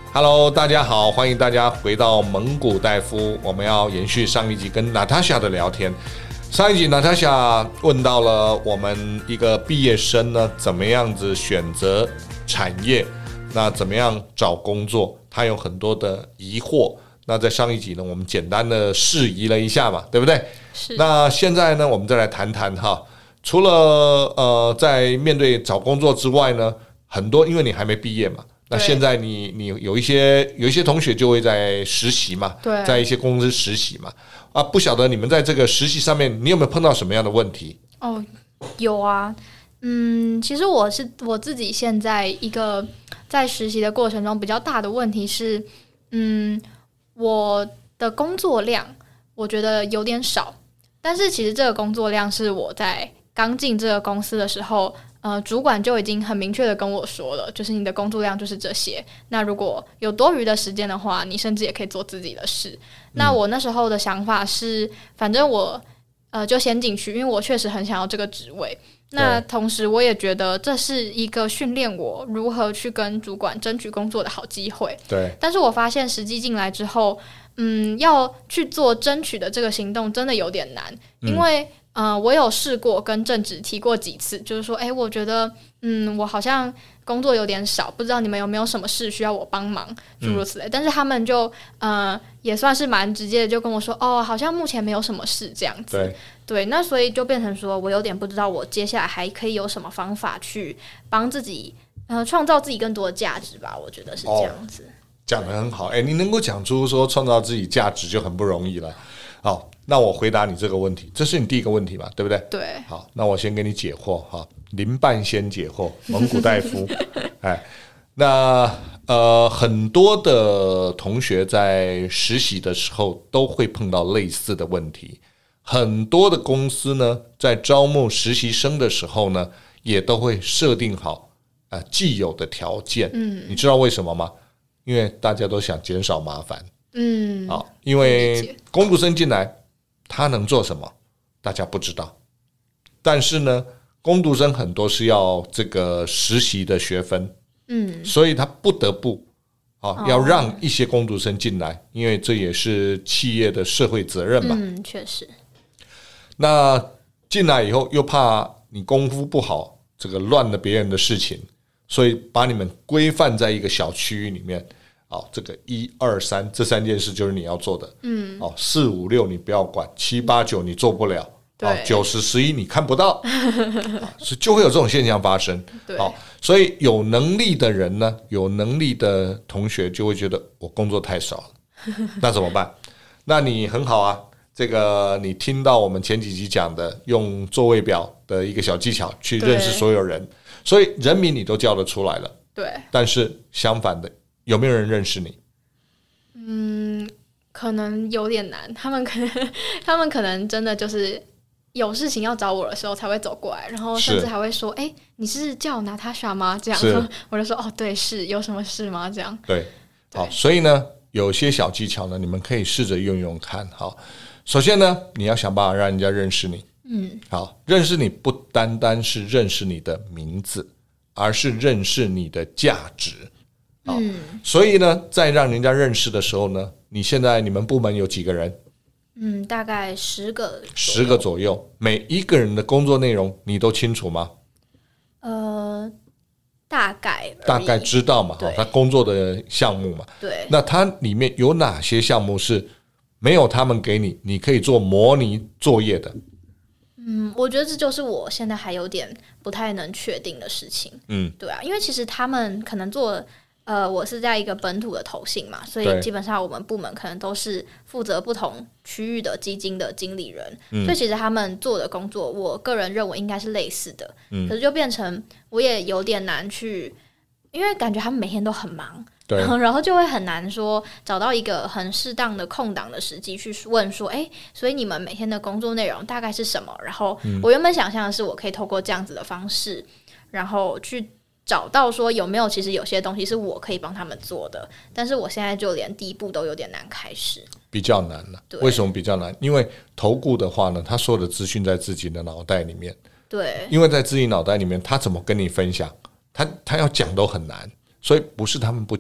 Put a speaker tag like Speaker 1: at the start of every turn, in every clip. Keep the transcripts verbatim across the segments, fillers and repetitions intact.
Speaker 1: Hello， 大家好，欢迎大家回到蒙古大夫。我们要延续上一集跟娜塔莎的聊天。上一集娜塔莎问到了我们一个毕业生呢，怎么样子选择产业，那怎么样找工作，他有很多的疑惑。那在上一集呢，我们简单的释疑了一下嘛，对不对？
Speaker 2: 是。
Speaker 1: 那现在呢，我们再来谈谈哈，除了呃在面对找工作之外呢，很多因为你还没毕业嘛。那现在你你有一些有一些同学就会在实习嘛，在一些公司实习嘛，啊，不晓得你们在这个实习上面，你有没有碰到什么样的问题？
Speaker 2: 哦，有啊，嗯，其实我是我自己现在一个在实习的过程中比较大的问题是，嗯，我的工作量我觉得有点少，但是其实这个工作量是我在刚进这个公司的时候。呃，主管就已经很明确的跟我说了，就是你的工作量就是这些。那如果有多余的时间的话，你甚至也可以做自己的事。嗯、那我那时候的想法是，反正我呃就先进去，因为我确实很想要这个职位。那同时，我也觉得这是一个训练我如何去跟主管争取工作的好机会。
Speaker 1: 对。
Speaker 2: 但是我发现实际进来之后，嗯，要去做争取的这个行动真的有点难，因为。嗯呃，我有试过跟正职提过几次，就是说，哎，我觉得，嗯，我好像工作有点少，不知道你们有没有什么事需要我帮忙，诸如此类。嗯、但是他们就，呃，也算是蛮直接的，就跟我说，哦，好像目前没有什么事这样子。
Speaker 1: 对，
Speaker 2: 对，那所以就变成说我有点不知道，我接下来还可以有什么方法去帮自己，呃，创造自己更多的价值吧？我觉得是这样子。哦、
Speaker 1: 讲得很好，哎，你能够讲出说创造自己价值就很不容易了。好，那我回答你这个问题，这是你第一个问题嘛，对不对？
Speaker 2: 对。
Speaker 1: 好，那我先给你解惑哈，林半仙解惑，蒙古大夫。哎，那呃，很多的同学在实习的时候都会碰到类似的问题，很多的公司呢，在招募实习生的时候呢，也都会设定好呃既有的条件。嗯，你知道为什么吗？因为大家都想减少麻烦。嗯，好，因为工读生进来，他能做什么，大家不知道。但是呢，工读生很多是要这个实习的学分，嗯，所以他不得不啊、哦、要让一些工读生进来，因为这也是企业的社会责任嘛。
Speaker 2: 嗯，确实。
Speaker 1: 那进来以后又怕你功夫不好，这个乱了别人的事情，所以把你们规范在一个小区域里面。好，这个一二三这三件事就是你要做的。嗯，好，四五六你不要管，七八九你做不了，好，九十十一你看不到，所以就会有这种现象发生。好，所以有能力的人呢，有能力的同学就会觉得我工作太少了，那怎么办？那你很好啊，这个你听到我们前几集讲的，用座位表的一个小技巧去认识所有人，所以人名你都叫得出来了。
Speaker 2: 对，
Speaker 1: 但是相反的。有没有人认识你？
Speaker 2: 嗯，可能有点难。他们可能，他们可能真的就是有事情要找我的时候才会走过来，然后甚至还会说：“哎、欸，你是叫娜塔莎吗？”这样，我就说：“哦，对，是有什么事吗？”这样。
Speaker 1: 对，好，所以呢，有些小技巧呢，你们可以试着用用看。好，首先呢，你要想办法让人家认识你。嗯，好，认识你不单单是认识你的名字，而是认识你的价值。嗯，所以呢，在让人家认识的时候呢，你现在你们部门有几个人？
Speaker 2: 嗯，大概十个，
Speaker 1: 十个左右。每一个人的工作内容你都清楚吗？
Speaker 2: 呃，大概
Speaker 1: 大概知道嘛，他工作的项目嘛。
Speaker 2: 对。
Speaker 1: 那它里面有哪些项目是没有他们给你，你可以做模拟作业的？
Speaker 2: 嗯，我觉得这就是我现在还有点不太能确定的事情。嗯，对啊，因为其实他们可能做。呃，我是在一个本土的投信嘛，所以基本上我们部门可能都是负责不同区域的基金的经理人，嗯、所以其实他们做的工作，我个人认为应该是类似的。嗯、可是就变成我也有点难去，因为感觉他们每天都很忙，
Speaker 1: 对，
Speaker 2: 然后就会很难说找到一个很适当的空档的时机去问说，哎，所以你们每天的工作内容大概是什么？然后我原本想象的是，我可以透过这样子的方式，然后去。找到说有没有其实有些东西是我可以帮他们做的，但是我现在就连第一步都有点难开始，
Speaker 1: 比较难了。为什么比较难？因为投顾的话呢，他所有的资讯在自己的脑袋里面，
Speaker 2: 对，
Speaker 1: 因为在自己脑袋里面，他怎么跟你分享，他他要讲都很难，所以不是他们不讲，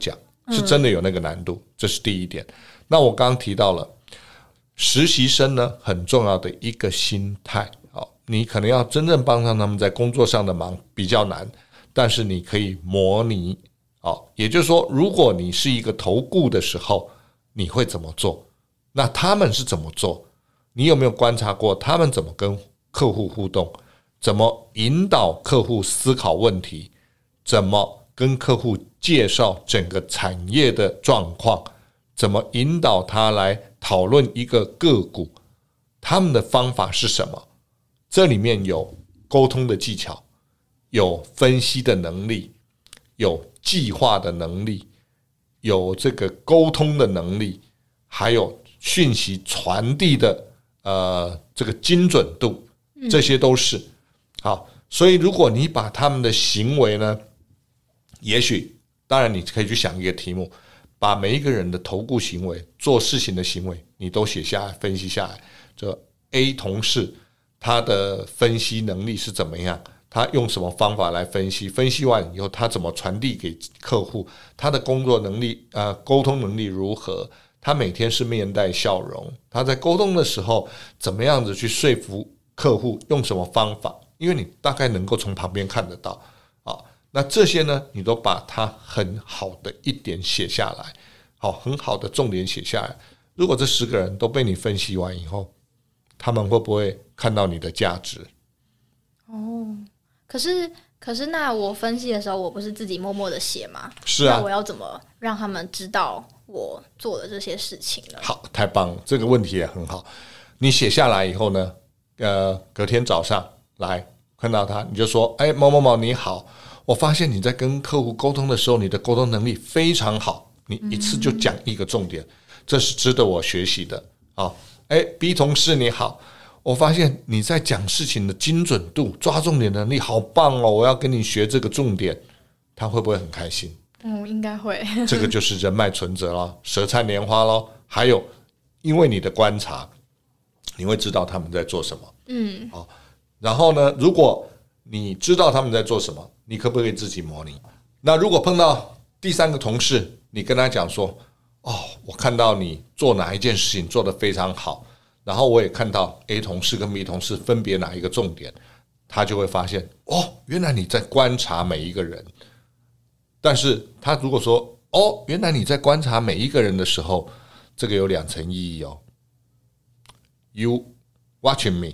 Speaker 1: 是真的有那个难度，这是第一点。那我刚刚提到了实习生呢，很重要的一个心态，你可能要真正帮上他们在工作上的忙比较难，但是你可以模拟，也就是说如果你是一个投顾的时候你会怎么做，那他们是怎么做，你有没有观察过他们怎么跟客户互动，怎么引导客户思考问题，怎么跟客户介绍整个产业的状况，怎么引导他来讨论一个个股，他们的方法是什么。这里面有沟通的技巧，有分析的能力，有计划的能力，有这个沟通的能力，还有讯息传递的呃这个精准度，这些都是好。所以如果你把他们的行为呢，也许当然你可以去想一个题目，把每一个人的投顾行为做事情的行为你都写下来分析下来，这 A 同事他的分析能力是怎么样，他用什么方法来分析，分析完以后他怎么传递给客户，他的工作能力呃沟通能力如何，他每天是面带笑容，他在沟通的时候怎么样子去说服客户，用什么方法，因为你大概能够从旁边看得到啊。那这些呢你都把它很好的一点写下来，好，很好的重点写下来。如果这十个人都被你分析完以后，他们会不会看到你的价值？
Speaker 2: 哦，可是可是那我分析的时候我不是自己默默的写吗？
Speaker 1: 是啊，
Speaker 2: 那我要怎么让他们知道我做的这些事情呢？
Speaker 1: 好，太棒了，这个问题也很好。你写下来以后呢，呃，隔天早上来看到他，你就说，哎，某某某你好，我发现你在跟客户沟通的时候，你的沟通能力非常好，你一次就讲一个重点，嗯、这是值得我学习的啊。哎 ，B 同事你好，我发现你在讲事情的精准度、抓重点能力好棒哦，我要跟你学这个重点，他会不会很开心？
Speaker 2: 嗯，应该会。
Speaker 1: 这个就是人脉存折咯，舌灿莲花咯。还有，因为你的观察，你会知道他们在做什么。嗯，好。然后呢，如果你知道他们在做什么，你可不可以自己模拟？那如果碰到第三个同事，你跟他讲说，哦，我看到你做哪一件事情做得非常好，然后我也看到 A 同事跟 B 同事分别哪一个重点，他就会发现，哦，原来你在观察每一个人。但是他如果说，哦，原来你在观察每一个人的时候，这个有两层意义哦。You watching me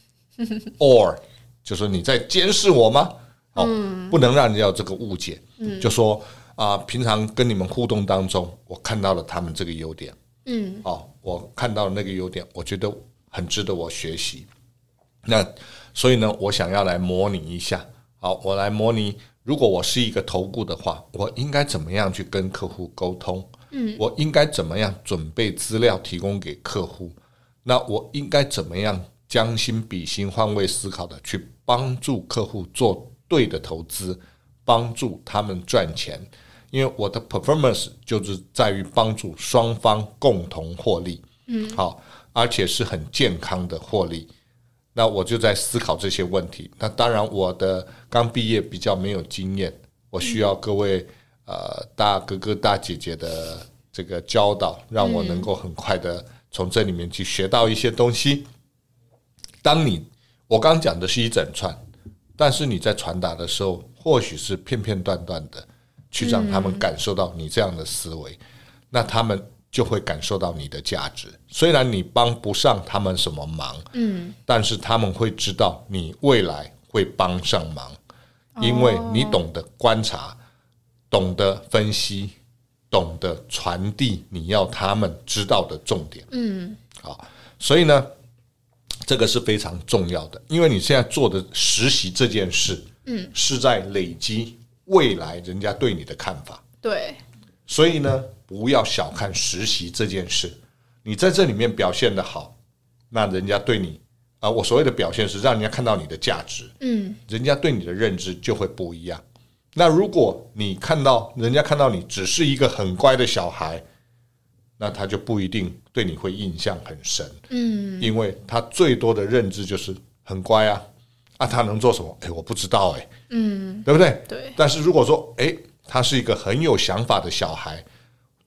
Speaker 1: or 就说你在监视我吗？哦，嗯、不能让人家有这个误解。嗯、就说啊、呃，平常跟你们互动当中，我看到了他们这个优点。嗯，哦，我看到了那个优点，我觉得很值得我学习。那所以呢，我想要来模拟一下。好，我来模拟，如果我是一个投顾的话，我应该怎么样去跟客户沟通？嗯，我应该怎么样准备资料提供给客户？那我应该怎么样将心比心、换位思考的去帮助客户做对的投资，帮助他们赚钱？因为我的 performance 就是在于帮助双方共同获利，嗯，好，而且是很健康的获利。那我就在思考这些问题。那当然，我的刚毕业比较没有经验，我需要各位呃大哥哥大姐姐的这个教导，让我能够很快的从这里面去学到一些东西。当你我刚讲的是一整串，但是你在传达的时候，或许是片片段段的去让他们感受到你这样的思维，嗯、那他们就会感受到你的价值。虽然你帮不上他们什么忙，嗯，但是他们会知道你未来会帮上忙，因为你懂得观察，懂得分析，懂得传递你要他们知道的重点。嗯，好，所以呢，这个是非常重要的，因为你现在做的实习这件事，嗯，是在累积未来人家对你的看法。
Speaker 2: 对，
Speaker 1: 所以呢，不要小看实习这件事。你在这里面表现得好，那人家对你啊、呃，我所谓的表现是让人家看到你的价值，嗯，人家对你的认知就会不一样。那如果你看到人家看到你只是一个很乖的小孩，那他就不一定对你会印象很深，嗯，因为他最多的认知就是很乖啊，啊，他能做什么？哎，我不知道，哎，嗯，对不对？
Speaker 2: 对。
Speaker 1: 但是如果说，哎，他是一个很有想法的小孩，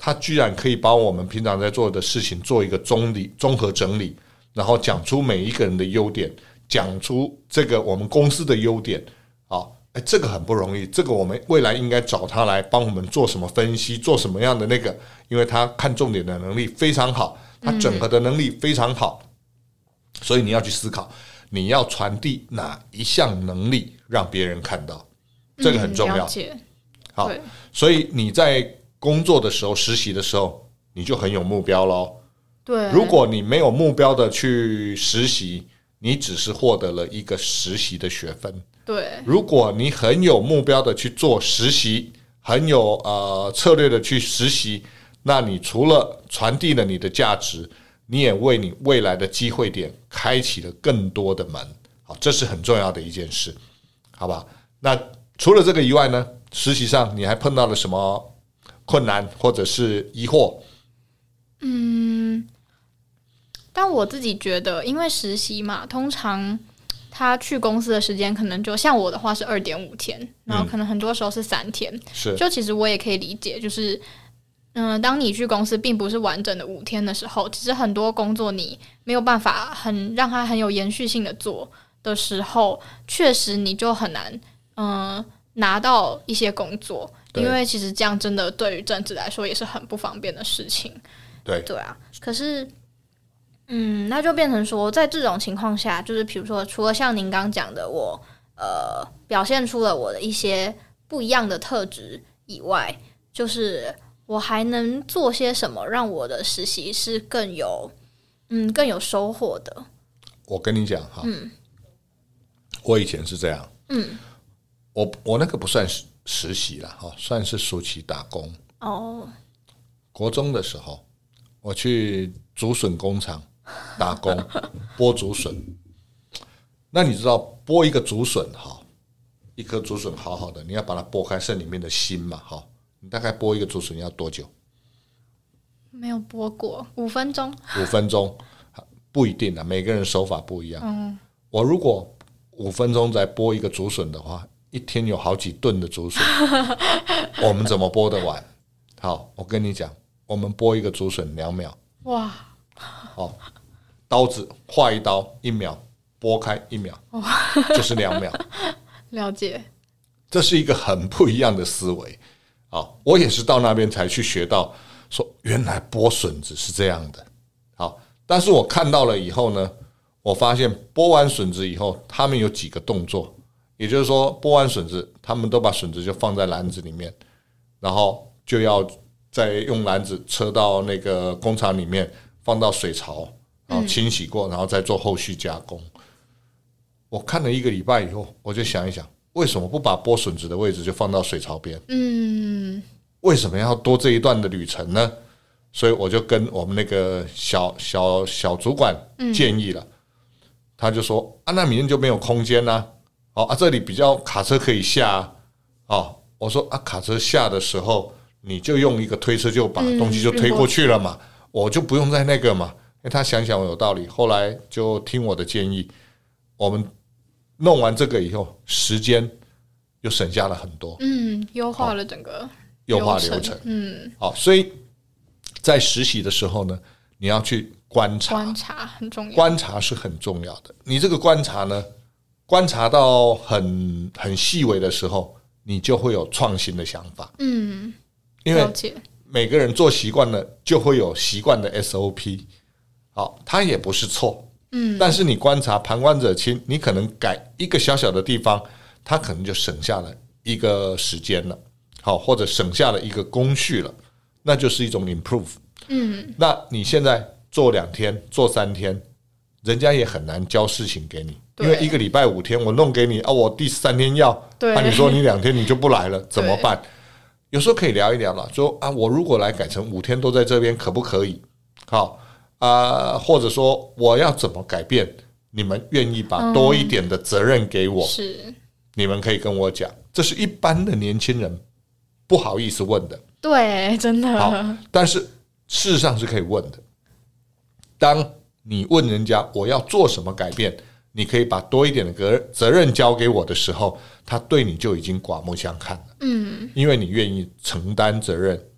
Speaker 1: 他居然可以把我们平常在做的事情做一个综理综合整理，然后讲出每一个人的优点，讲出这个我们公司的优点啊，哎，这个很不容易，这个我们未来应该找他来帮我们做什么分析，做什么样的那个，因为他看重点的能力非常好，他整合的能力非常好，嗯、所以你要去思考，你要传递哪一项能力让别人看到，这个很重要。
Speaker 2: 嗯、
Speaker 1: 好，所以你在工作的时候、实习的时候，你就很有目标咯。
Speaker 2: 对，
Speaker 1: 如果你没有目标的去实习，你只是获得了一个实习的学分。
Speaker 2: 对，
Speaker 1: 如果你很有目标的去做实习，很有呃策略的去实习，那你除了传递了你的价值，你也为你未来的机会点开启了更多的门。好，这是很重要的一件事，好吧？那除了这个以外呢，实习上你还碰到了什么困难或者是疑惑？
Speaker 2: 嗯，但我自己觉得，因为实习嘛，通常他去公司的时间可能就像我的话是二点五天，然后可能很多时候是三天。
Speaker 1: 是、嗯，
Speaker 2: 就其实我也可以理解，就是嗯、呃，当你去公司并不是完整的五天的时候，其实很多工作你没有办法很让它很有延续性的做的时候，确实你就很难嗯、呃、拿到一些工作，因为其实这样真的对于正职来说也是很不方便的事情。
Speaker 1: 对
Speaker 2: 对啊，可是，嗯，那就变成说，在这种情况下，就是比如说，除了像您刚讲的，我呃表现出了我的一些不一样的特质以外，就是我还能做些什么，让我的实习是更有嗯更有收获的？
Speaker 1: 我跟你讲哈，嗯，我以前是这样，
Speaker 2: 嗯，
Speaker 1: 我我那个不算实实习啦，哈，算是暑期打工。
Speaker 2: 哦，
Speaker 1: 国中的时候。我去竹笋工厂打工，剥竹笋。那你知道剥一个竹笋好，一颗竹笋好好的，你要把它剥开，剩里面的芯嘛，好，你大概剥一个竹笋要多久？
Speaker 2: 没有剥过，五分钟。
Speaker 1: 五分钟不一定啊，每个人手法不一样。
Speaker 2: 嗯，
Speaker 1: 我如果五分钟才剥一个竹笋的话，一天有好几吨的竹笋，我们怎么剥得完？好，我跟你讲。我们剥一个竹笋两秒，
Speaker 2: 哇！
Speaker 1: 哦，刀子划一刀一秒，剥开一秒，就是两秒。
Speaker 2: 了解，
Speaker 1: 这是一个很不一样的思维啊、哦！我也是到那边才去学到，说原来剥笋子是这样的。好，但是我看到了以后呢，我发现剥完笋子以后，他们有几个动作，也就是说，剥完笋子，他们都把笋子就放在篮子里面，然后就要。再用篮子车到那个工厂里面，放到水槽，然后清洗过，然后再做后续加工。嗯、我看了一个礼拜以后，我就想一想，为什么不把剥笋子的位置就放到水槽边？
Speaker 2: 嗯，
Speaker 1: 为什么要多这一段的旅程呢？所以我就跟我们那个小小小主管建议了，嗯、他就说啊，那里面就没有空间啊，哦啊，这里比较卡车可以下啊，哦，我说啊，卡车下的时候。你就用一个推车就把东西就推过去了嘛，嗯、我就不用在那个嘛。因为他想想有道理，后来就听我的建议，我们弄完这个以后，时间又省下了很多，
Speaker 2: 嗯，优化了整个
Speaker 1: 优化流程，
Speaker 2: 嗯，
Speaker 1: 好，所以在实习的时候呢，你要去观察，
Speaker 2: 观察很重要，
Speaker 1: 观察是很重要的。你这个观察呢，观察到很很细微的时候，你就会有创新的想法，
Speaker 2: 嗯。
Speaker 1: 因为每个人做习惯了，就会有习惯的 S O P， 好，它也不是错，嗯，但是你观察旁观者清，你可能改一个小小的地方，它可能就省下了一个时间了，好，或者省下了一个工序了，那就是一种 improve， 嗯，那你现在做两天，做三天，人家也很难交事情给你，因为一个礼拜五天我弄给你啊，我第三天要，那、啊、你说你两天你就不来了，怎么办？有时候可以聊一聊了，说啊，我如果来改成五天都在这边，可不可以？好啊，或者说我要怎么改变？你们愿意把多一点的责任给我？嗯、
Speaker 2: 是，
Speaker 1: 你们可以跟我讲，这是一般的年轻人不好意思问的。
Speaker 2: 对，真的。
Speaker 1: 好，但是事实上是可以问的。当你问人家我要做什么改变，你可以把多一点的责任交给我的时候，他对你就已经刮目相看了。嗯，因为你愿意承担责任，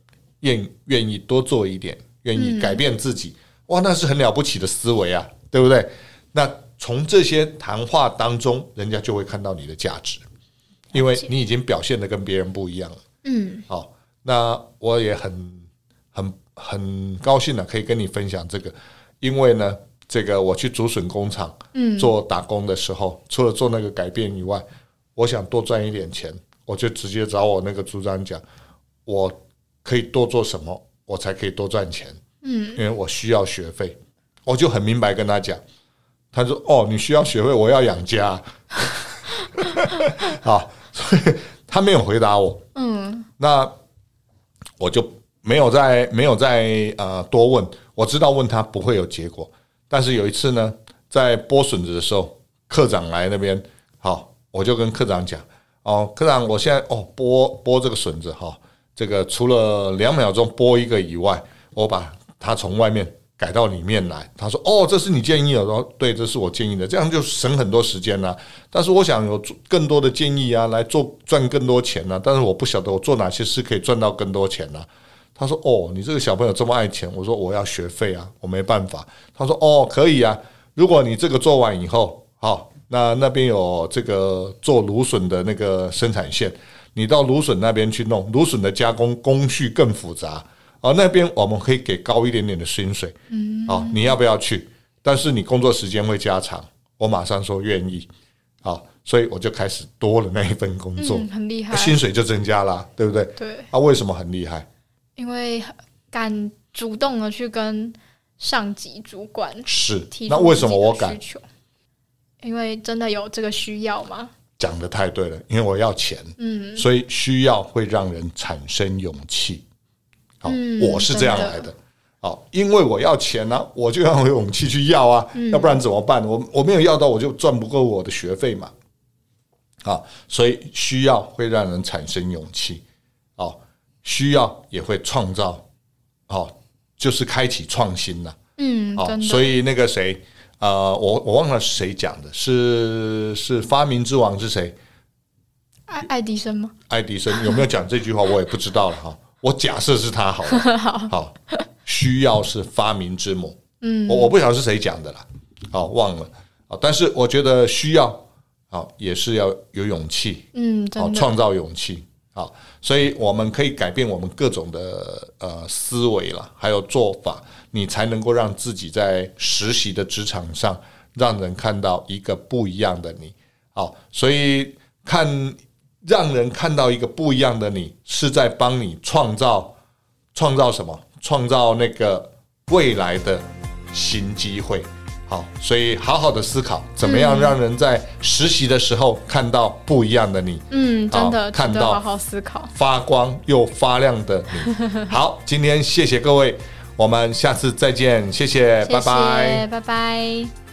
Speaker 1: 愿愿意多做一点，愿意改变自己，嗯、哇，那是很了不起的思维啊，对不对？那从这些谈话当中，人家就会看到你的价值，因为你已经表现得跟别人不一样了。嗯，好，那我也很很很高兴的可以跟你分享这个，因为呢，这个我去竹笋工厂做打工的时候，嗯、除了做那个改变以外，我想多赚一点钱，我就直接找我那个组长讲，我可以多做什么，我才可以多赚钱。嗯，因为我需要学费，我就很明白跟他讲。他说：“哦，你需要学费，我要养家。”好，所以他没有回答我。嗯，那我就没有再没有再呃多问。我知道问他不会有结果，但是有一次呢，在剥笋子的时候，科长来那边，好，我就跟科长讲：“哦，科长，我现在哦剥剥这个笋子哈，这个除了两秒钟剥一个以外，我把它从外面改到里面来。”他说：“哦，这是你建议的。”然后对，这是我建议的，这样就省很多时间啦、啊。但是我想有更多的建议啊，来做赚更多钱啊。但是我不晓得我做哪些事可以赚到更多钱啊。他说：“哦，你这个小朋友这么爱钱。”我说：“我要学费啊，我没办法。”他说：“哦，可以啊，如果你这个做完以后，好，那那边有这个做芦笋的那个生产线，你到芦笋那边去弄，芦笋的加工工序更复杂。”哦，那边我们可以给高一点点的薪水，嗯，哦，你要不要去？但是你工作时间会加长，我马上说愿意，好，所以我就开始多了那一份工作，
Speaker 2: 嗯、很厉害，
Speaker 1: 薪水就增加了，对不对？
Speaker 2: 对。
Speaker 1: 啊，为什么很厉害？
Speaker 2: 因为敢主动的去跟上级主管
Speaker 1: 是
Speaker 2: 提出
Speaker 1: 那为什么我敢？
Speaker 2: 因为真的有这个需要吗？
Speaker 1: 讲得太对了，因为我要钱，嗯，所以需要会让人产生勇气。好，嗯、我是这样来的。好，因为我要钱啊，我就要有勇气去要啊，嗯、要不然怎么办？我我没有要到，我就赚不够我的学费嘛。好，所以需要会让人产生勇气。好，需要也会创造，好，就是开启创新了。嗯，好，所以那个谁，呃，我我忘了谁讲的，是是发明之王是谁？
Speaker 2: 爱爱迪生吗？
Speaker 1: 爱迪生有没有讲这句话？我也不知道了哈。我假设是他好了，好，好，需要是发明之母，嗯，我我不晓得是谁讲的啦，好，忘了，好，但是我觉得需要，好，也是要有勇气，嗯，好，创造勇气，好，所以我们可以改变我们各种的呃思维啦，还有做法，你才能够让自己在实习的职场上，让人看到一个不一样的你，好，所以看。让人看到一个不一样的你，是在帮你创造创造什么？创造那个未来的新机会。好，所以好好的思考，怎么样让人在实习的时候看到不一样的你？嗯，
Speaker 2: 真的，
Speaker 1: 看到
Speaker 2: 好好思考，
Speaker 1: 发光又发亮的你。好，今天谢谢各位，我们下次再见，谢谢，
Speaker 2: 谢谢
Speaker 1: 拜拜，
Speaker 2: 拜拜。